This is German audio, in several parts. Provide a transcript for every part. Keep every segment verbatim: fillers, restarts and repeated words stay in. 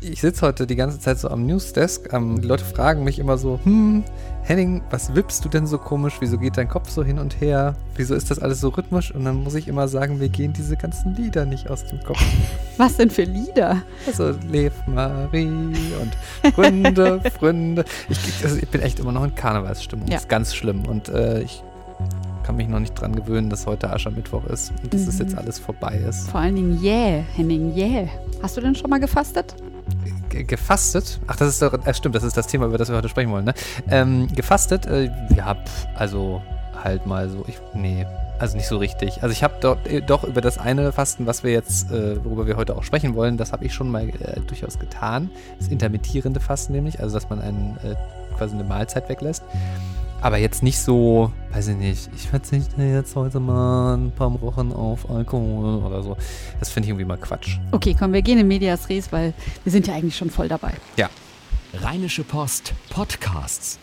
ich sitze heute die ganze Zeit so am Newsdesk. Ähm, die Leute fragen mich immer so, hm, Henning, was wippst du denn so komisch? Wieso geht dein Kopf so hin und her? Wieso ist das alles so rhythmisch? Und dann muss ich immer sagen, mir gehen diese ganzen Lieder nicht aus dem Kopf. Was denn für Lieder? Also, Lev Marie und Freunde, Freunde. Ich, also ich bin echt immer noch in Karnevalsstimmung. Ja. Das ist ganz schlimm. Und äh, ich kann mich noch nicht dran gewöhnen, dass heute Aschermittwoch ist und dass Mhm. das jetzt alles vorbei ist. Vor allen Dingen, yeah, Henning, yeah. Hast du denn schon mal gefastet? Ge- Gefastet? Ach, das ist doch, äh, stimmt, das ist das Thema, über das wir heute sprechen wollen, ne? Ähm, gefastet, äh, ja, pf, also halt mal so, ich, nee, also nicht so richtig. Also ich habe doch, äh, doch über das eine Fasten, was wir jetzt, äh, worüber wir heute auch sprechen wollen, das habe ich schon mal äh, durchaus getan. Das intermittierende Fasten nämlich, also dass man einen, äh, quasi eine Mahlzeit weglässt. Aber jetzt nicht so, weiß ich nicht, ich verzichte jetzt heute mal ein paar Wochen auf Alkohol oder so. Das finde ich irgendwie mal Quatsch. Okay, komm, wir gehen in Medias Res, weil wir sind ja eigentlich schon voll dabei. Ja. Rheinische Post Podcasts.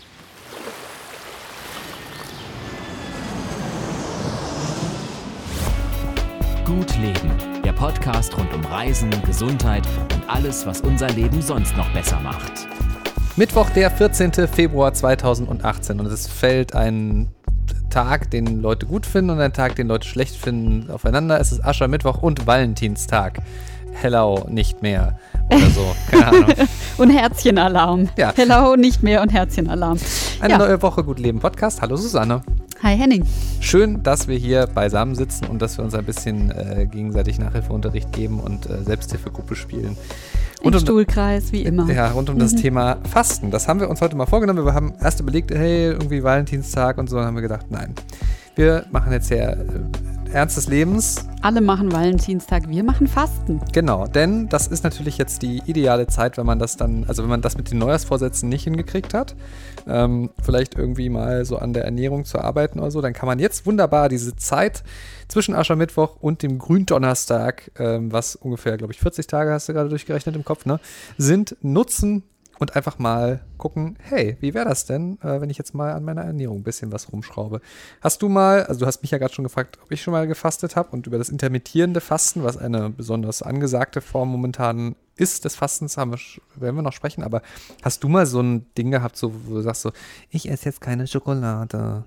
Gut Leben, der Podcast rund um Reisen, Gesundheit und alles, was unser Leben sonst noch besser macht. Mittwoch, der vierzehnten Februar zweitausendachtzehn und es fällt ein Tag, den Leute gut finden und ein Tag, den Leute schlecht finden, aufeinander. Es ist Aschermittwoch und Valentinstag. Hello, nicht mehr oder so, keine Ahnung. Und Herzchenalarm. Ja. Hello, nicht mehr und Herzchenalarm. Eine Ja. neue Woche Gut Leben Podcast. Hallo Susanne. Hi Henning. Schön, dass wir hier beisammen sitzen und dass wir uns ein bisschen äh, gegenseitig Nachhilfeunterricht geben und äh, Selbsthilfegruppe spielen. Im um, Stuhlkreis, wie immer. Ja, rund um das Mhm. Thema Fasten. Das haben wir uns heute mal vorgenommen. Wir haben erst überlegt, hey, irgendwie Valentinstag und so. Dann haben wir gedacht, nein. Wir machen jetzt hier äh, Ernst des Lebens. Alle machen Valentinstag, wir machen Fasten. Genau, denn das ist natürlich jetzt die ideale Zeit, wenn man das dann, also wenn man das mit den Neujahrsvorsätzen nicht hingekriegt hat, ähm, vielleicht irgendwie mal so an der Ernährung zu arbeiten oder so, dann kann man jetzt wunderbar diese Zeit zwischen Aschermittwoch und dem Gründonnerstag, ähm, was ungefähr, glaube ich, vierzig Tage hast du gerade durchgerechnet im Kopf, ne, sind, nutzen und einfach mal gucken, hey, wie wäre das denn, äh, wenn ich jetzt mal an meiner Ernährung ein bisschen was rumschraube? Hast du mal, also du hast mich ja gerade schon gefragt, ob ich schon mal gefastet habe und über das intermittierende Fasten, was eine besonders angesagte Form momentan ist des Fastens, haben wir, werden wir noch sprechen, aber hast du mal so ein Ding gehabt, so, wo du sagst so, ich esse jetzt keine Schokolade?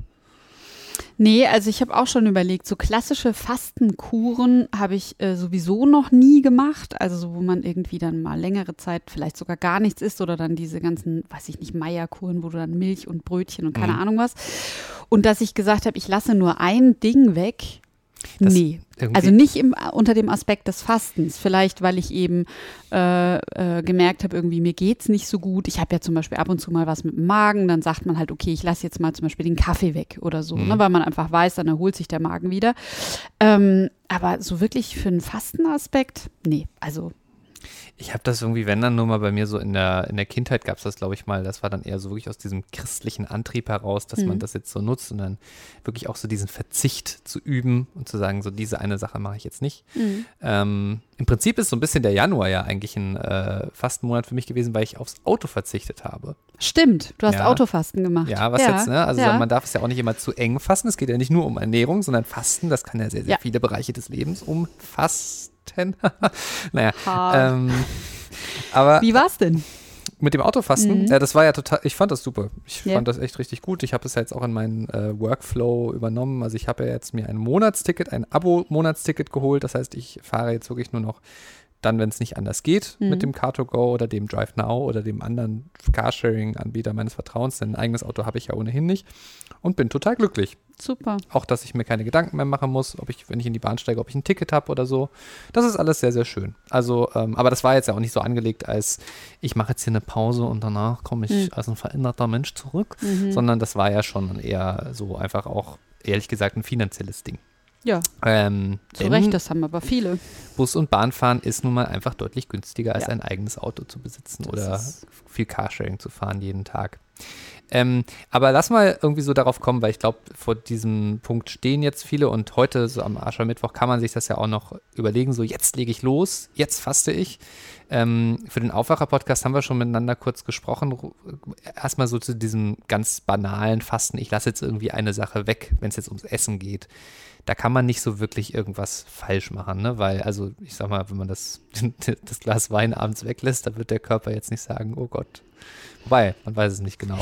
Nee, also ich habe auch schon überlegt, so klassische Fastenkuren habe ich äh, sowieso noch nie gemacht. Also so, wo man irgendwie dann mal längere Zeit vielleicht sogar gar nichts isst oder dann diese ganzen, weiß ich nicht, Meierkuren, wo du dann Milch und Brötchen und keine Mhm. Und was. Und dass ich gesagt habe, ich lasse nur ein Ding weg. Das Nee, irgendwie- also nicht im, unter dem Aspekt des Fastens. Vielleicht, weil ich eben äh, äh, gemerkt habe, irgendwie mir geht's nicht so gut. Ich habe ja zum Beispiel ab und zu mal was mit dem Magen. Dann sagt man halt, okay, ich lasse jetzt mal zum Beispiel den Kaffee weg oder so, Mhm. ne, weil man einfach weiß, dann erholt sich der Magen wieder. Ähm, aber so wirklich für einen Fastenaspekt, nee, also Ich habe das irgendwie, wenn dann nur mal bei mir so in der, in der Kindheit gab es das, glaube ich mal, das war dann eher so wirklich aus diesem christlichen Antrieb heraus, dass Mhm. man das jetzt so nutzt und dann wirklich auch so diesen Verzicht zu üben und zu sagen, so diese eine Sache mache ich jetzt nicht. Mhm. Ähm, im Prinzip ist so ein bisschen der Januar ja eigentlich ein äh, Fastenmonat für mich gewesen, weil ich aufs Auto verzichtet habe. stimmt, du hast Ja. Autofasten gemacht. Ja, was jetzt, ne? Also ja. man darf es ja auch nicht immer zu eng fassen. Es geht ja nicht nur um Ernährung, sondern Fasten, das kann ja sehr, sehr Ja. viele Bereiche des Lebens umfassen. naja, Hart. ähm, aber Wie war's denn? mit dem Autofasten, Mhm. ja, das war ja total, ich fand das super. Ich Ja. fand das echt richtig gut. Ich habe es ja jetzt auch in meinen äh, Workflow übernommen. Also ich habe ja jetzt mir ein Monatsticket, ein Abo-Monatsticket geholt. Das heißt, ich fahre jetzt wirklich nur noch dann, wenn es nicht anders geht, Mhm. mit dem Car to Go oder dem Drive Now oder dem anderen Carsharing-Anbieter meines Vertrauens, denn ein eigenes Auto habe ich ja ohnehin nicht und bin total glücklich. Super. Auch, dass ich mir keine Gedanken mehr machen muss, ob ich, wenn ich in die Bahn steige, ob ich ein Ticket habe oder so. Das ist alles sehr, sehr schön. Also, ähm, aber das war jetzt ja auch nicht so angelegt, als ich mache jetzt hier eine Pause und danach komme ich Mhm. als ein veränderter Mensch zurück, Mhm. sondern das war ja schon eher so einfach auch, ehrlich gesagt, ein finanzielles Ding. Ja, Ähm, zu denn Recht, das haben aber viele. Bus- und Bahnfahren ist nun mal einfach deutlich günstiger, als Ja. ein eigenes Auto zu besitzen Das oder ist- viel Carsharing zu fahren jeden Tag. Ähm, aber lass mal irgendwie so darauf kommen, weil ich glaube, vor diesem Punkt stehen jetzt viele und heute, so am Aschermittwoch, kann man sich das ja auch noch überlegen, so jetzt lege ich los, jetzt faste ich. Ähm, für den Aufwacher-Podcast haben wir schon miteinander kurz gesprochen. Erstmal so zu diesem ganz banalen Fasten. Ich lasse jetzt irgendwie eine Sache weg, wenn es jetzt ums Essen geht. Da kann man nicht so wirklich irgendwas falsch machen, ne? Weil, also ich sag mal, wenn man das, das Glas Wein abends weglässt, dann wird der Körper jetzt nicht sagen, oh Gott. Wobei, man weiß es nicht genau.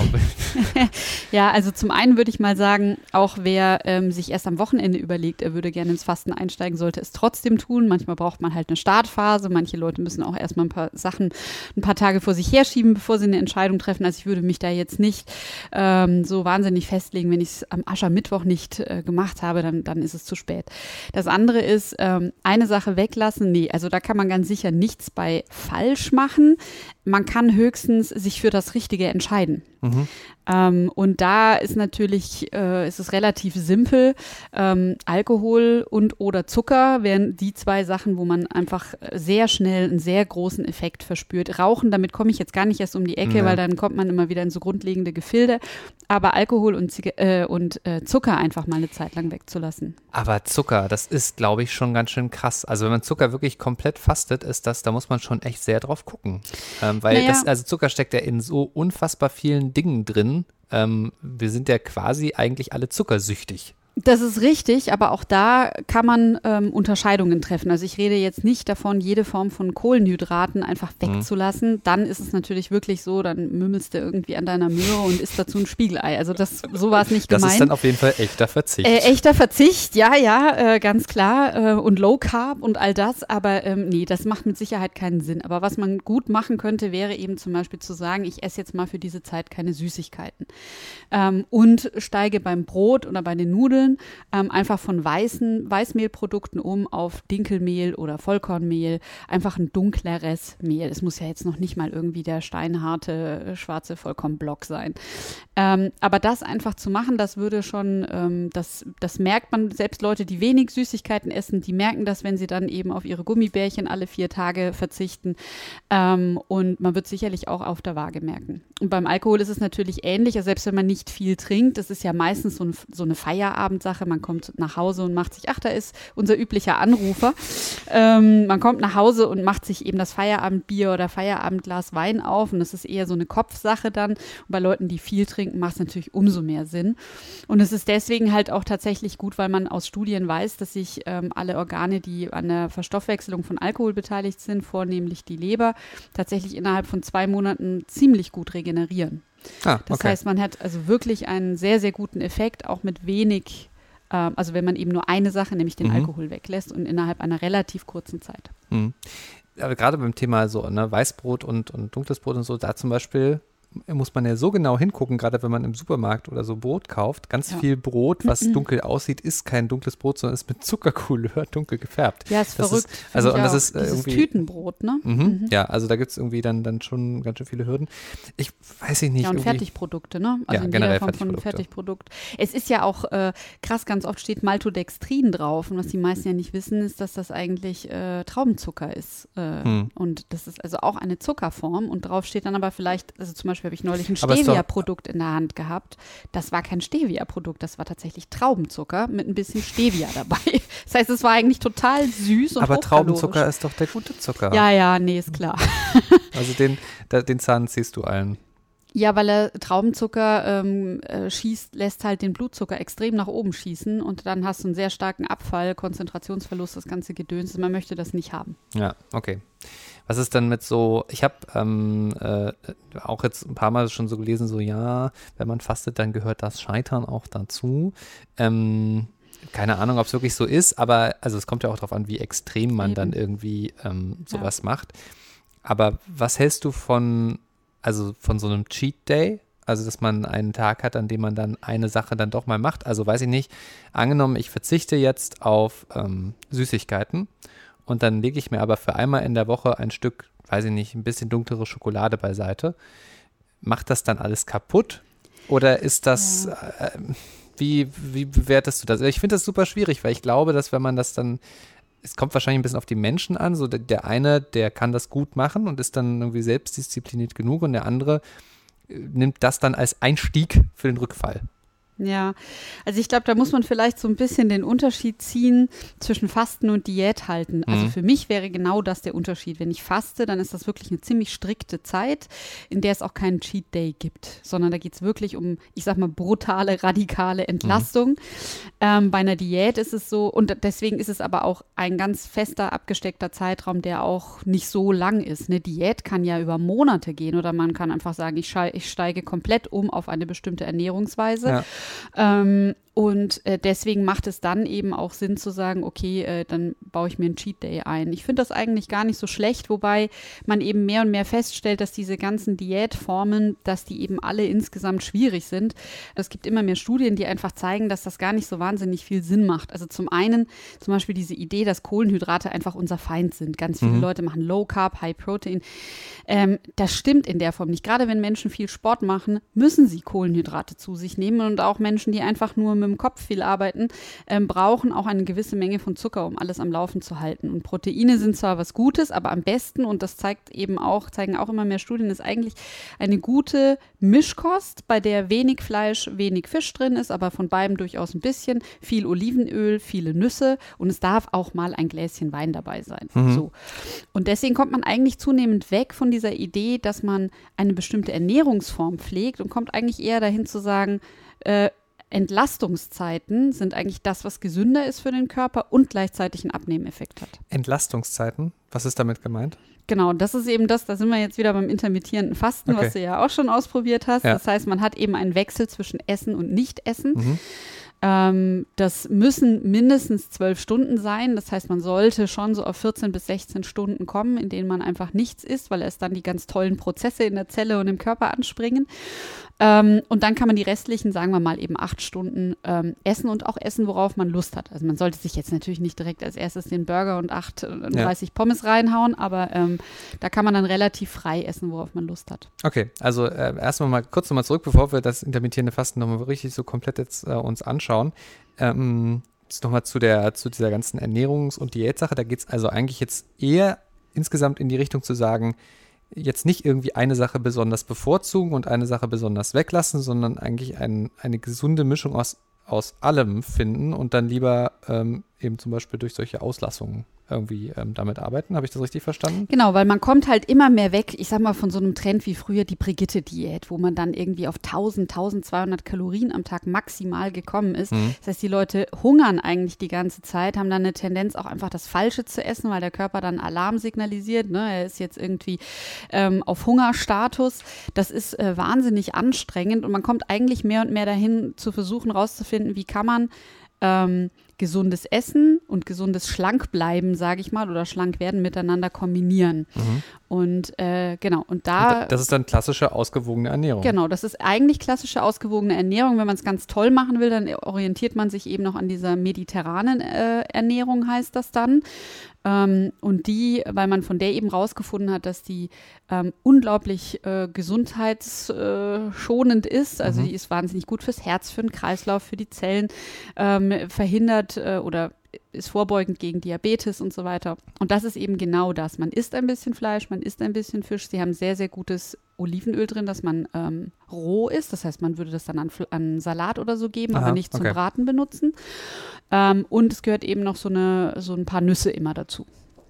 Ja, also zum einen würde ich mal sagen, auch wer ähm, sich erst am Wochenende überlegt, er würde gerne ins Fasten einsteigen, sollte es trotzdem tun. Manchmal braucht man halt eine Startphase. Manche Leute müssen auch erstmal ein paar Sachen ein paar Tage vor sich herschieben, bevor sie eine Entscheidung treffen. Also ich würde mich da jetzt nicht ähm, so wahnsinnig festlegen. Wenn ich es am Aschermittwoch nicht äh, gemacht habe, dann, dann ist es zu spät. Das andere ist, ähm, eine Sache weglassen. Nee, also da kann man ganz sicher nichts bei falsch machen. Man kann höchstens sich für das Richtige entscheiden. Mhm. Ähm, und da ist natürlich, äh, ist es relativ simpel. Ähm, Alkohol und oder Zucker wären die zwei Sachen, wo man einfach sehr schnell einen sehr großen Effekt verspürt. Rauchen, damit komme ich jetzt gar nicht erst um die Ecke, ja. weil dann kommt man immer wieder in so grundlegende Gefilde. Aber Alkohol und, Ziga- äh, und äh, Zucker einfach mal eine Zeit lang wegzulassen. Aber Zucker, das ist, glaube ich, schon ganz schön krass. Also wenn man Zucker wirklich komplett fastet, ist das, da muss man schon echt sehr drauf gucken. Ähm, weil naja. das, also Zucker steckt ja in so unfassbar vielen Dingen drin. Ähm, wir sind ja quasi eigentlich alle zuckersüchtig. Das ist richtig, aber auch da kann man ähm, Unterscheidungen treffen. Also ich rede jetzt nicht davon, jede Form von Kohlenhydraten einfach wegzulassen. Mhm. Dann ist es natürlich wirklich so, dann mümmelst du irgendwie an deiner Möhre und isst dazu ein Spiegelei. Also das, so war es nicht gemeint. Das ist dann auf jeden Fall echter Verzicht. Äh, echter Verzicht, ja, ja, äh, ganz klar. Äh, und Low Carb und all das. Aber ähm, nee, das macht mit Sicherheit keinen Sinn. Aber was man gut machen könnte, wäre eben zum Beispiel zu sagen, ich esse jetzt mal für diese Zeit keine Süßigkeiten. Ähm, und steige beim Brot oder bei den Nudeln Ähm, einfach von weißen Weißmehlprodukten um auf Dinkelmehl oder Vollkornmehl, einfach ein dunkleres Mehl. Es muss ja jetzt noch nicht mal irgendwie der steinharte, äh, schwarze Vollkornblock sein. Ähm, aber das einfach zu machen, das würde schon, ähm, das, das merkt man, selbst Leute, die wenig Süßigkeiten essen, die merken das, wenn sie dann eben auf ihre Gummibärchen alle vier Tage verzichten. Ähm, und man wird sicherlich auch auf der Waage merken. Und beim Alkohol ist es natürlich ähnlich, also selbst wenn man nicht viel trinkt, das ist ja meistens so, ein, so eine Feierabendsache, man kommt nach Hause und macht sich, ach, da ist unser üblicher Anrufer, ähm, man kommt nach Hause und macht sich eben das Feierabendbier oder Feierabendglas Wein auf und das ist eher so eine Kopfsache dann. Und bei Leuten, die viel trinken, macht es natürlich umso mehr Sinn. Und es ist deswegen halt auch tatsächlich gut, weil man aus Studien weiß, dass sich ähm, alle Organe, die an der Verstoffwechselung von Alkohol beteiligt sind, vornehmlich die Leber, tatsächlich innerhalb von zwei Monaten ziemlich gut regenerieren. Ah, okay. Das heißt, man hat also wirklich einen sehr, sehr guten Effekt, auch mit wenig, äh, also wenn man eben nur eine Sache, nämlich den mhm. Alkohol weglässt und innerhalb einer relativ kurzen Zeit. Mhm. Aber gerade beim Thema so ne, Weißbrot und, und dunkles Brot und so, da zum Beispiel muss man ja so genau hingucken, gerade wenn man im Supermarkt oder so Brot kauft. Ganz ja. viel Brot, was mhm. dunkel aussieht, ist kein dunkles Brot, sondern ist mit Zuckercouleur dunkel gefärbt. Ja, ist das verrückt. Ist, also, und das ist Dieses irgendwie Tütenbrot, ne? Mhm. Mhm. Ja, also da gibt es irgendwie dann, dann schon ganz schön viele Hürden. Ich weiß ich nicht. Ja, und Fertigprodukte, ne? Also ja, in generell jeder Form von Fertigprodukt. Es ist ja auch äh, krass, ganz oft steht Maltodextrin drauf. Und was die meisten ja nicht wissen, ist, dass das eigentlich äh, Traubenzucker ist. Äh, hm. Und das ist also auch eine Zuckerform. Und drauf steht dann aber vielleicht, also zum Beispiel habe ich neulich ein Stevia-Produkt in der Hand gehabt. Das war kein Stevia-Produkt, das war tatsächlich Traubenzucker mit ein bisschen Stevia dabei. Das heißt, es war eigentlich total süß und aber Traubenzucker ist doch der gute Zucker. Ja, ja, nee, ist klar. Also den, da, den Zahn ziehst du allen. Ja, weil er Traubenzucker ähm, äh, schießt, lässt halt den Blutzucker extrem nach oben schießen und dann hast du einen sehr starken Abfall, Konzentrationsverlust, das ganze Gedöns. Man möchte das nicht haben. Ja, okay. Was ist dann mit so, ich habe ähm, äh, auch jetzt ein paar Mal schon so gelesen, so ja, wenn man fastet, dann gehört das Scheitern auch dazu. Ähm, keine Ahnung, ob es wirklich so ist, aber also es kommt ja auch darauf an, wie extrem man Eben. dann irgendwie ähm, sowas ja. macht. Aber was hältst du von Also von so einem Cheat Day, also dass man einen Tag hat, an dem man dann eine Sache dann doch mal macht. Also weiß ich nicht, angenommen, ich verzichte jetzt auf ähm, Süßigkeiten und dann lege ich mir aber für einmal in der Woche ein Stück, weiß ich nicht, ein bisschen dunklere Schokolade beiseite. Macht das dann alles kaputt? Oder ist das, ja. äh, wie, wie bewertest du das? Ich finde das super schwierig, weil ich glaube, dass wenn man das dann es kommt wahrscheinlich ein bisschen auf die Menschen an, so der, der eine, der kann das gut machen und ist dann irgendwie selbstdiszipliniert genug und der andere äh, nimmt das dann als Einstieg für den Rückfall. Ja, also ich glaube, da muss man vielleicht so ein bisschen den Unterschied ziehen zwischen Fasten und Diät halten. Also Mhm. für mich wäre genau das der Unterschied. Wenn ich faste, dann ist das wirklich eine ziemlich strikte Zeit, in der es auch keinen Cheat Day gibt, sondern da geht es wirklich um, ich sag mal, brutale, radikale Entlastung. Mhm. Ähm, bei einer Diät ist es so, und deswegen ist es aber auch ein ganz fester, abgesteckter Zeitraum, der auch nicht so lang ist. Eine Diät kann ja über Monate gehen oder man kann einfach sagen, ich, schei- ich steige komplett um auf eine bestimmte Ernährungsweise. Ja. Ähm, und äh, deswegen macht es dann eben auch Sinn zu sagen, okay, äh, dann baue ich mir einen Cheat Day ein. Ich finde das eigentlich gar nicht so schlecht, wobei man eben mehr und mehr feststellt, dass diese ganzen Diätformen, dass die eben alle insgesamt schwierig sind. Es gibt immer mehr Studien, die einfach zeigen, dass das gar nicht so wahnsinnig viel Sinn macht. Also zum einen zum Beispiel diese Idee, dass Kohlenhydrate einfach unser Feind sind. Ganz viele mhm. Leute machen Low Carb, High Protein. Ähm, das stimmt in der Form nicht. Gerade wenn Menschen viel Sport machen, müssen sie Kohlenhydrate zu sich nehmen und auch Menschen, die einfach nur mit dem Kopf viel arbeiten, ähm, brauchen auch eine gewisse Menge von Zucker, um alles am Laufen zu halten. Und Proteine sind zwar was Gutes, aber am besten, und das zeigt eben auch, zeigen auch immer mehr Studien, ist eigentlich eine gute Mischkost, bei der wenig Fleisch, wenig Fisch drin ist, aber von beidem durchaus ein bisschen, viel Olivenöl, viele Nüsse und es darf auch mal ein Gläschen Wein dabei sein. Mhm. So. Und deswegen kommt man eigentlich zunehmend weg von dieser Idee, dass man eine bestimmte Ernährungsform pflegt und kommt eigentlich eher dahin zu sagen, äh, Entlastungszeiten sind eigentlich das, was gesünder ist für den Körper und gleichzeitig einen Abnehmeffekt hat. Entlastungszeiten? Was ist damit gemeint? Genau, das ist eben das, da sind wir jetzt wieder beim intermittierenden Fasten, okay. was du ja auch schon ausprobiert hast. Ja. Das heißt, man hat eben einen Wechsel zwischen Essen und Nicht-Essen. Mhm. Ähm, das müssen mindestens zwölf Stunden sein. Das heißt, man sollte schon so auf vierzehn bis sechzehn Stunden kommen, in denen man einfach nichts isst, weil erst dann die ganz tollen Prozesse in der Zelle und im Körper anspringen. Ähm, und dann kann man die restlichen, sagen wir mal, eben acht Stunden ähm, essen und auch essen, worauf man Lust hat. Also man sollte sich jetzt natürlich nicht direkt als erstes den Burger und achtunddreißig ja. Pommes reinhauen, aber ähm, da kann man dann relativ frei essen, worauf man Lust hat. Okay, also äh, erstmal mal kurz nochmal zurück, bevor wir das intermittierende Fasten nochmal richtig so komplett jetzt äh, uns anschauen. Ähm, jetzt nochmal zu der, zu dieser ganzen Ernährungs- und Diätsache. Da geht es also eigentlich jetzt eher insgesamt in die Richtung zu sagen, jetzt nicht irgendwie eine Sache besonders bevorzugen und eine Sache besonders weglassen, sondern eigentlich ein, eine gesunde Mischung aus, aus allem finden und dann lieber ähm, eben zum Beispiel durch solche Auslassungen irgendwie ähm, damit arbeiten. Habe ich das richtig verstanden? Genau, weil man kommt halt immer mehr weg, ich sag mal, von so einem Trend wie früher die Brigitte-Diät, wo man dann irgendwie auf tausend, tausendzweihundert Kalorien am Tag maximal gekommen ist. Mhm. Das heißt, die Leute hungern eigentlich die ganze Zeit, haben dann eine Tendenz auch einfach das Falsche zu essen, weil der Körper dann Alarm signalisiert, ne? Er ist jetzt irgendwie ähm, auf Hungerstatus. Das ist äh, wahnsinnig anstrengend und man kommt eigentlich mehr und mehr dahin zu versuchen rauszufinden, wie kann man ähm, gesundes Essen und gesundes Schlankbleiben, sage ich mal, oder schlank werden miteinander kombinieren. Mhm. Und äh, genau, und da… Und das ist dann klassische, ausgewogene Ernährung. Genau, das ist eigentlich klassische, ausgewogene Ernährung. Wenn man es ganz toll machen will, dann orientiert man sich eben noch an dieser mediterranen äh, Ernährung, heißt das dann. Ähm, und die, weil man von der eben rausgefunden hat, dass die ähm, unglaublich äh, gesundheitsschonend ist. Also mhm. die ist wahnsinnig gut fürs Herz, für den Kreislauf, für die Zellen, ähm, verhindert äh, oder ist vorbeugend gegen Diabetes und so weiter. Und das ist eben genau das. Man isst ein bisschen Fleisch, man isst ein bisschen Fisch. Sie haben sehr, sehr gutes Olivenöl drin, dass man ähm, roh isst. Das heißt, man würde das dann an, an Salat oder so geben, Aha, aber nicht zum okay. Braten benutzen. Ähm, und es gehört eben noch so, eine, so ein paar Nüsse immer dazu.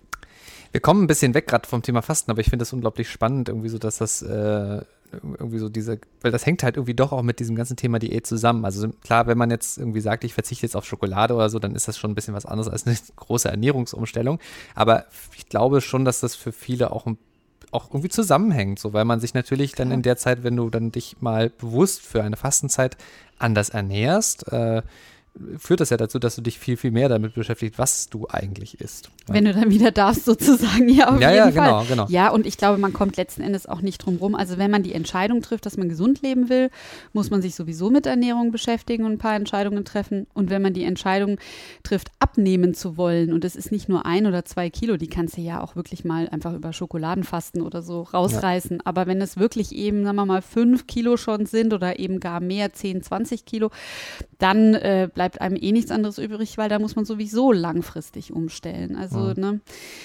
Wir kommen ein bisschen weg gerade vom Thema Fasten, aber ich finde das unglaublich spannend, irgendwie so, dass das äh, irgendwie so diese, weil das hängt halt irgendwie doch auch mit diesem ganzen Thema Diät zusammen. Also klar, wenn man jetzt irgendwie sagt, ich verzichte jetzt auf Schokolade oder so, dann ist das schon ein bisschen was anderes als eine große Ernährungsumstellung. Aber ich glaube schon, dass das für viele auch, auch irgendwie zusammenhängt, so, weil man sich natürlich dann in der Zeit, wenn du dann dich mal bewusst für eine Fastenzeit anders ernährst, äh, führt das ja dazu, dass du dich viel, viel mehr damit beschäftigst, was du eigentlich isst. Ja. Wenn du dann wieder darfst, sozusagen, ja, auf ja, jeden ja, Fall. Genau, genau. Ja, und ich glaube, man kommt letzten Endes auch nicht drum rum. Also wenn man die Entscheidung trifft, dass man gesund leben will, muss man sich sowieso mit Ernährung beschäftigen und ein paar Entscheidungen treffen. Und wenn man die Entscheidung trifft, abnehmen zu wollen, und es ist nicht nur ein oder zwei Kilo, die kannst du ja auch wirklich mal einfach über Schokoladenfasten oder so rausreißen. Ja. Aber wenn es wirklich eben, sagen wir mal, fünf Kilo schon sind oder eben gar mehr, zehn, zwanzig Kilo, dann äh, bleibt einem eh nichts anderes übrig, weil da muss man sowieso langfristig umstellen. Also, mhm. ne,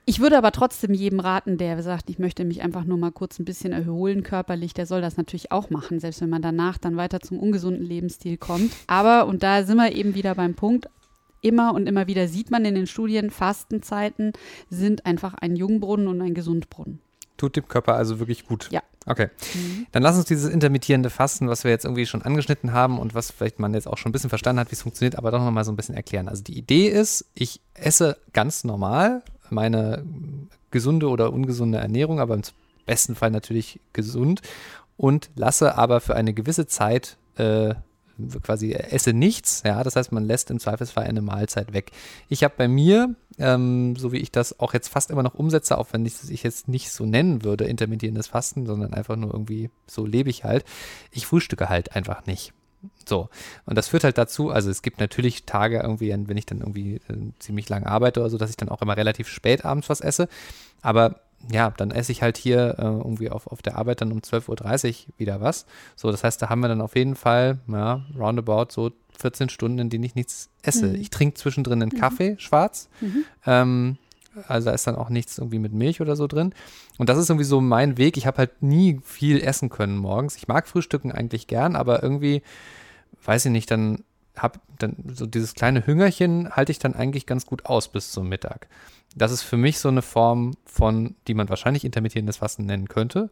Ich würde aber trotzdem jedem raten, der sagt, ich möchte mich einfach nur mal kurz ein bisschen erholen körperlich, der soll das natürlich auch machen, selbst wenn man danach dann weiter zum ungesunden Lebensstil kommt. Aber, und da sind wir eben wieder beim Punkt, immer und immer wieder sieht man in den Studien, Fastenzeiten sind einfach ein Jungbrunnen und ein Gesundbrunnen. Tut dem Körper also wirklich gut. Ja. Okay. Mhm. Dann lass uns dieses intermittierende Fasten, was wir jetzt irgendwie schon angeschnitten haben und was vielleicht man jetzt auch schon ein bisschen verstanden hat, wie es funktioniert, aber doch nochmal so ein bisschen erklären. Also die Idee ist, ich esse ganz normal meine gesunde oder ungesunde Ernährung, aber im besten Fall natürlich gesund und lasse aber für eine gewisse Zeit äh, quasi esse nichts, ja, das heißt, man lässt im Zweifelsfall eine Mahlzeit weg. Ich habe bei mir, ähm, so wie ich das auch jetzt fast immer noch umsetze, auch wenn ich es jetzt nicht so nennen würde, intermittierendes Fasten, sondern einfach nur irgendwie, so lebe ich halt, ich frühstücke halt einfach nicht. So, und das führt halt dazu, also es gibt natürlich Tage irgendwie, wenn ich dann irgendwie äh, ziemlich lang arbeite oder so, dass ich dann auch immer relativ spät abends was esse, aber ja, dann esse ich halt hier äh, irgendwie auf, auf der Arbeit dann um zwölf Uhr dreißig wieder was. So, das heißt, da haben wir dann auf jeden Fall, ja, roundabout so vierzehn Stunden, in denen ich nichts esse. Mhm. Ich trinke zwischendrin einen Kaffee, mhm. schwarz. Mhm. Ähm, also da ist dann auch nichts irgendwie mit Milch oder so drin. Und das ist irgendwie so mein Weg. Ich habe halt nie viel essen können morgens. Ich mag Frühstücken eigentlich gern, aber irgendwie, weiß ich nicht, dann habe dann so dieses kleine Hüngerchen halte ich dann eigentlich ganz gut aus bis zum Mittag. Das ist für mich so eine Form von, die man wahrscheinlich intermittierendes Fasten nennen könnte.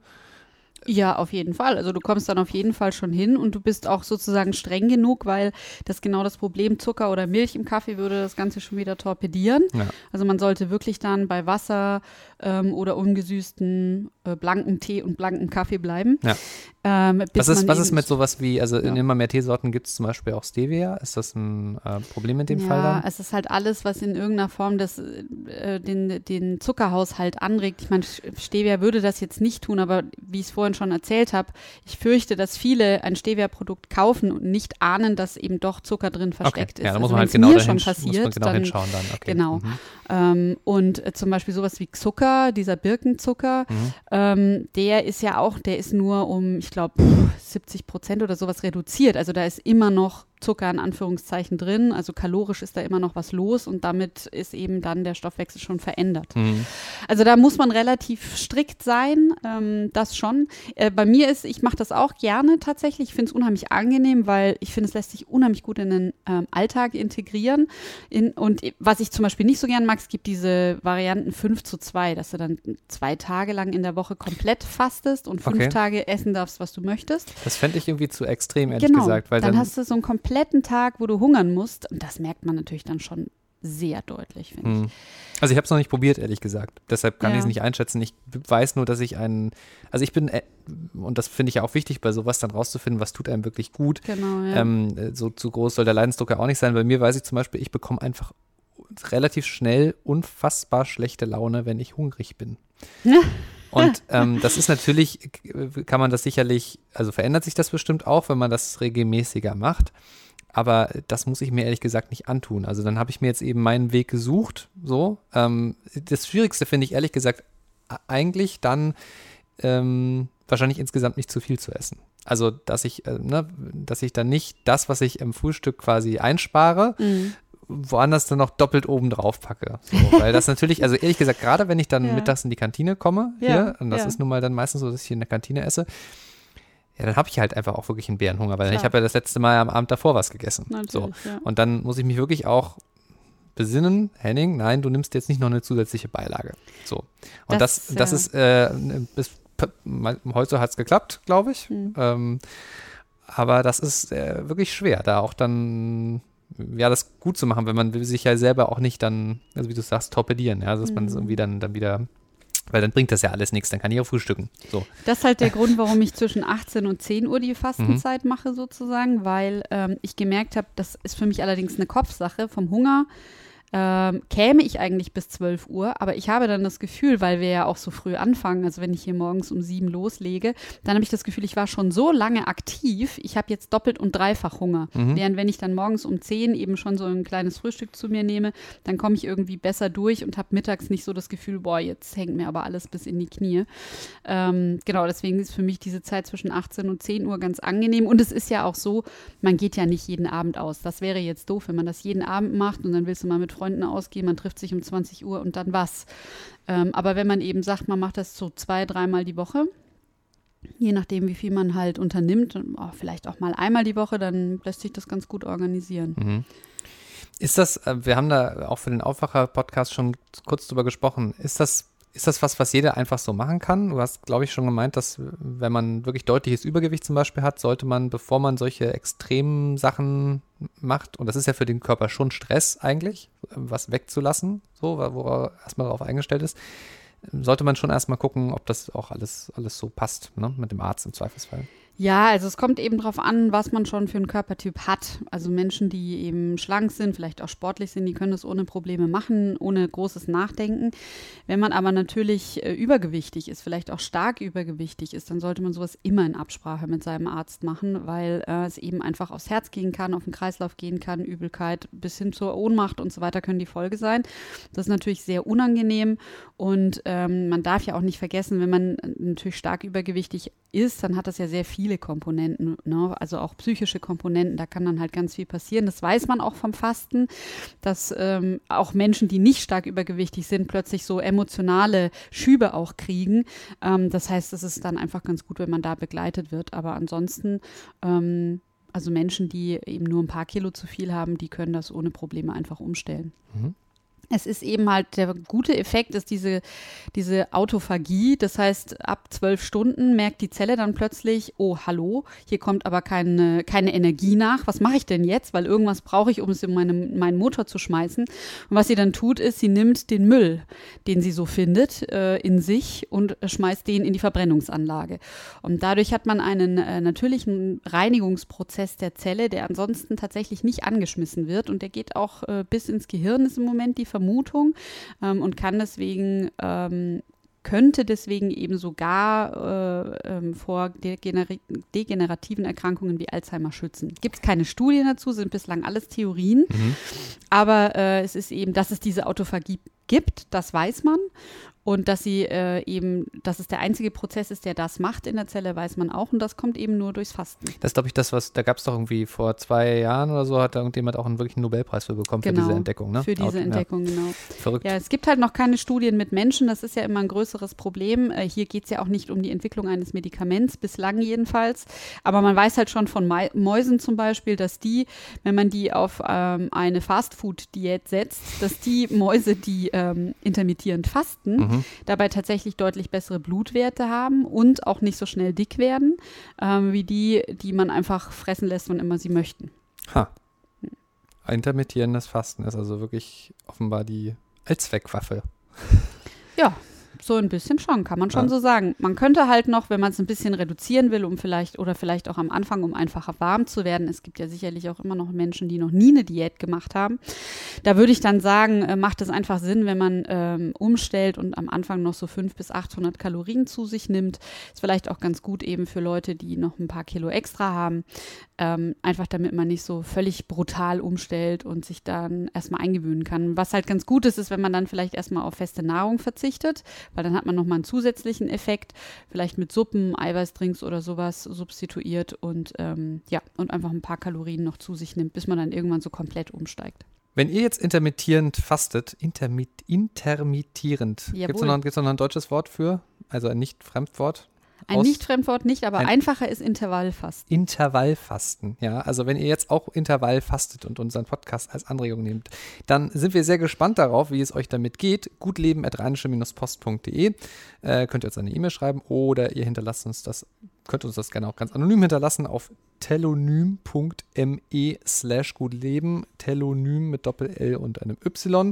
Ja, auf jeden Fall. Also du kommst dann auf jeden Fall schon hin und du bist auch sozusagen streng genug, weil das genau das Problem, Zucker oder Milch im Kaffee würde das Ganze schon wieder torpedieren. Ja. Also man sollte wirklich dann bei Wasser ähm, oder ungesüßten äh, blanken Tee und blanken Kaffee bleiben. Ja. Ähm, was ist, was ist mit sowas wie, also in ja. immer mehr Teesorten gibt es zum Beispiel auch Stevia. Ist das ein äh, Problem in dem ja, Fall dann? Ja, es ist halt alles, was in irgendeiner Form das, äh, den, den Zuckerhaushalt anregt. Ich meine, Stevia würde das jetzt nicht tun, aber wie ich es vorhin schon erzählt habe, ich fürchte, dass viele ein Stevia-Produkt kaufen und nicht ahnen, dass eben doch Zucker drin versteckt okay. Ja, ist. da muss also man halt genau mir dahin, schon passiert, muss man genau dann, hinschauen dann. Okay. Genau. Mhm. Ähm, und äh, zum Beispiel sowas wie Zucker, dieser Birkenzucker, mhm. ähm, der ist ja auch, der ist nur um, ich glaube, siebzig Prozent oder sowas reduziert. Also da ist immer noch Zucker in Anführungszeichen drin, also kalorisch ist da immer noch was los und damit ist eben dann der Stoffwechsel schon verändert. Mhm. Also da muss man relativ strikt sein, ähm, das schon. Äh, bei mir ist, ich mache das auch gerne tatsächlich, ich finde es unheimlich angenehm, weil ich finde, es lässt sich unheimlich gut in den ähm, Alltag integrieren in, und was ich zum Beispiel nicht so gern mag, es gibt diese Varianten fünf zu zwei, dass du dann zwei Tage lang in der Woche komplett fastest und fünf okay. Tage essen darfst, was du möchtest. Das fände ich irgendwie zu extrem, ehrlich genau, gesagt. Weil dann, dann hast du so einen kompletten Tag, wo du hungern musst. Und das merkt man natürlich dann schon sehr deutlich, finde hm. ich. Also ich habe es noch nicht probiert, ehrlich gesagt. Deshalb kann ja. ich es nicht einschätzen. Ich weiß nur, dass ich einen, also ich bin, und das finde ich ja auch wichtig, bei sowas dann rauszufinden, was tut einem wirklich gut. Genau, ja. Ähm, so zu groß soll der Leidensdruck ja auch nicht sein. Bei mir weiß ich zum Beispiel, ich bekomme einfach relativ schnell unfassbar schlechte Laune, wenn ich hungrig bin. Ja. Und ähm, das ist natürlich, kann man das sicherlich, also verändert sich das bestimmt auch, wenn man das regelmäßiger macht. Aber das muss ich mir ehrlich gesagt nicht antun. Also dann habe ich mir jetzt eben meinen Weg gesucht. So, ähm, das Schwierigste finde ich ehrlich gesagt eigentlich dann ähm, wahrscheinlich insgesamt nicht zu viel zu essen. Also dass ich, äh, ne, dass ich dann nicht das, was ich im Frühstück quasi einspare, mhm. woanders dann noch doppelt oben drauf packe. So, weil das natürlich, also ehrlich gesagt, gerade wenn ich dann ja. mittags in die Kantine komme, hier, ja, und das ja. ist nun mal dann meistens so, dass ich hier in der Kantine esse, ja, dann habe ich halt einfach auch wirklich einen Bärenhunger, weil Klar. ich habe ja das letzte Mal am Abend davor was gegessen. So. Ja. Und dann muss ich mich wirklich auch besinnen, Henning, nein, du nimmst jetzt nicht noch eine zusätzliche Beilage. So. Und das, das, das ist, äh, bis, heute hat es geklappt, glaube ich. Mhm. Ähm, aber das ist äh, wirklich schwer, da auch dann ja, das gut zu machen, wenn man will sich ja selber auch nicht dann, also wie du sagst, torpedieren, ja, dass mhm. man das irgendwie dann, dann wieder, weil dann bringt das ja alles nichts, dann kann ich auch frühstücken. So. Das ist halt der Grund, warum ich zwischen achtzehn und zehn Uhr die Fastenzeit mhm. mache sozusagen, weil ähm, ich gemerkt habe, das ist für mich allerdings eine Kopfsache vom Hunger. Ähm, käme ich eigentlich bis zwölf Uhr, aber ich habe dann das Gefühl, weil wir ja auch so früh anfangen, also wenn ich hier morgens um sieben loslege, dann habe ich das Gefühl, ich war schon so lange aktiv, ich habe jetzt doppelt und dreifach Hunger. Mhm. Während wenn ich dann morgens um zehn eben schon so ein kleines Frühstück zu mir nehme, dann komme ich irgendwie besser durch und habe mittags nicht so das Gefühl, boah, jetzt hängt mir aber alles bis in die Knie. Ähm, genau, deswegen ist für mich diese Zeit zwischen achtzehn und zehn Uhr ganz angenehm und es ist ja auch so, man geht ja nicht jeden Abend aus. Das wäre jetzt doof, wenn man das jeden Abend macht und dann willst du mal mit Freunden ausgehen, man trifft sich um zwanzig Uhr und dann was. Ähm, aber wenn man eben sagt, man macht das so zwei, dreimal die Woche, je nachdem, wie viel man halt unternimmt, oh, vielleicht auch mal einmal die Woche, dann lässt sich das ganz gut organisieren. Mhm. Ist das, wir haben da auch für den Aufwacher-Podcast schon kurz drüber gesprochen, ist das Ist das was, was jeder einfach so machen kann? Du hast, glaube ich, schon gemeint, dass wenn man wirklich deutliches Übergewicht zum Beispiel hat, sollte man, bevor man solche extremen Sachen macht, und das ist ja für den Körper schon Stress eigentlich, was wegzulassen, so, wo er erstmal darauf eingestellt ist, sollte man schon erstmal gucken, ob das auch alles, alles so passt, ne? Mit dem Arzt im Zweifelsfall. Ja, also es kommt eben drauf an, was man schon für einen Körpertyp hat. Also Menschen, die eben schlank sind, vielleicht auch sportlich sind, die können das ohne Probleme machen, ohne großes Nachdenken. Wenn man aber natürlich äh, übergewichtig ist, vielleicht auch stark übergewichtig ist, dann sollte man sowas immer in Absprache mit seinem Arzt machen, weil äh, es eben einfach aufs Herz gehen kann, auf den Kreislauf gehen kann, Übelkeit bis hin zur Ohnmacht und so weiter können die Folge sein. Das ist natürlich sehr unangenehm und ähm, man darf ja auch nicht vergessen, wenn man natürlich stark übergewichtig ist, dann hat das ja sehr viel viele Komponenten, ne? Also auch psychische Komponenten, da kann dann halt ganz viel passieren. Das weiß man auch vom Fasten, dass ähm, auch Menschen, die nicht stark übergewichtig sind, plötzlich so emotionale Schübe auch kriegen. Ähm, das heißt, es ist dann einfach ganz gut, wenn man da begleitet wird. Aber ansonsten, ähm, also Menschen, die eben nur ein paar Kilo zu viel haben, die können das ohne Probleme einfach umstellen. Mhm. Es ist eben halt, der gute Effekt ist diese, diese Autophagie, das heißt, ab zwölf Stunden merkt die Zelle dann plötzlich, oh, hallo, hier kommt aber keine, keine Energie nach, was mache ich denn jetzt, weil irgendwas brauche ich, um es in meinem, meinen Motor zu schmeißen. Und was sie dann tut, ist, sie nimmt den Müll, den sie so findet, äh, in sich und schmeißt den in die Verbrennungsanlage. Und dadurch hat man einen äh, natürlichen Reinigungsprozess der Zelle, der ansonsten tatsächlich nicht angeschmissen wird und der geht auch äh, bis ins Gehirn, ist im Moment die Vermutung ähm, und kann deswegen, ähm, könnte deswegen eben sogar äh, ähm, vor degener- degenerativen Erkrankungen wie Alzheimer schützen. Gibt es keine Studien dazu, sind bislang alles Theorien, mhm. aber äh, es ist eben, dass es diese Autophagie gibt, das weiß man. Und dass sie äh, eben, dass es der einzige Prozess ist, der das macht in der Zelle, weiß man auch. Und das kommt eben nur durchs Fasten. Das ist, glaube ich, das, was, da gab es doch irgendwie vor zwei Jahren oder so, hat da irgendjemand auch einen wirklichen Nobelpreis für bekommen, genau, für diese Entdeckung. Ne? Für diese Auto, Entdeckung, ja. genau. Verrückt. Ja, es gibt halt noch keine Studien mit Menschen, das ist ja immer ein größeres Problem. Äh, hier geht es ja auch nicht um die Entwicklung eines Medikaments, bislang jedenfalls. Aber man weiß halt schon von Ma- Mäusen zum Beispiel, dass die, wenn man die auf ähm, eine Fastfood-Diät setzt, dass die Mäuse, die ähm, intermittierend fasten, mhm. dabei tatsächlich deutlich bessere Blutwerte haben und auch nicht so schnell dick werden, ähm, wie die, die man einfach fressen lässt, wann immer sie möchten. Ha. Intermittierendes Fasten ist also wirklich offenbar die Allzweckwaffe. Ja, so ein bisschen schon, kann man schon ja. so sagen. Man könnte halt noch, wenn man es ein bisschen reduzieren will, um vielleicht oder vielleicht auch am Anfang, um einfacher warm zu werden. Es gibt ja sicherlich auch immer noch Menschen, die noch nie eine Diät gemacht haben. Da würde ich dann sagen, äh, macht es einfach Sinn, wenn man ähm, umstellt und am Anfang noch so fünfhundert bis achthundert Kalorien zu sich nimmt. Ist vielleicht auch ganz gut eben für Leute, die noch ein paar Kilo extra haben. Ähm, einfach damit man nicht so völlig brutal umstellt und sich dann erstmal eingewöhnen kann. Was halt ganz gut ist, ist, wenn man dann vielleicht erstmal auf feste Nahrung verzichtet, weil dann hat man nochmal einen zusätzlichen Effekt, vielleicht mit Suppen, Eiweißdrinks oder sowas substituiert und ähm, ja, und einfach ein paar Kalorien noch zu sich nimmt, bis man dann irgendwann so komplett umsteigt. Wenn ihr jetzt intermittierend fastet, intermit, intermittierend, gibt es noch, noch ein deutsches Wort für? Also ein Nicht-Fremdwort? Ein Nicht-Fremdwort nicht, aber ein einfacher ist Intervallfasten. Intervallfasten, ja. Also wenn ihr jetzt auch Intervall fastet und unseren Podcast als Anregung nehmt, dann sind wir sehr gespannt darauf, wie es euch damit geht. gutleben at rheinische post punkt de äh, könnt ihr uns eine E-Mail schreiben oder ihr hinterlasst uns das, könnt uns das gerne auch ganz anonym hinterlassen auf telonym punkt me slash gutleben, telonym mit Doppel-L und einem Y,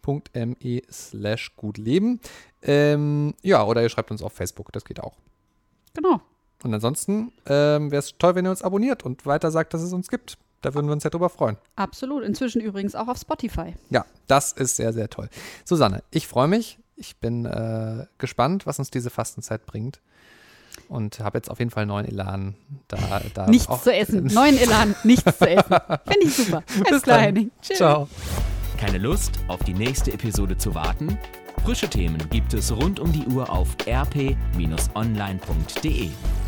.me slash gutleben. Ähm, ja, oder ihr schreibt uns auf Facebook, das geht auch. Genau. Und ansonsten ähm, wäre es toll, wenn ihr uns abonniert und weiter sagt, dass es uns gibt. Da würden wir uns ja drüber freuen. Absolut. Inzwischen übrigens auch auf Spotify. Ja, das ist sehr, sehr toll. Susanne, ich freue mich. Ich bin äh, gespannt, was uns diese Fastenzeit bringt. Und habe jetzt auf jeden Fall neuen Elan. Da, da nichts auch zu essen. Neuen Elan, nichts zu essen. Finde ich super. Alles klar, Henning. Tschüss. Ciao. Keine Lust, auf die nächste Episode zu warten? Frische Themen gibt es rund um die Uhr auf r p Bindestrich online punkt de.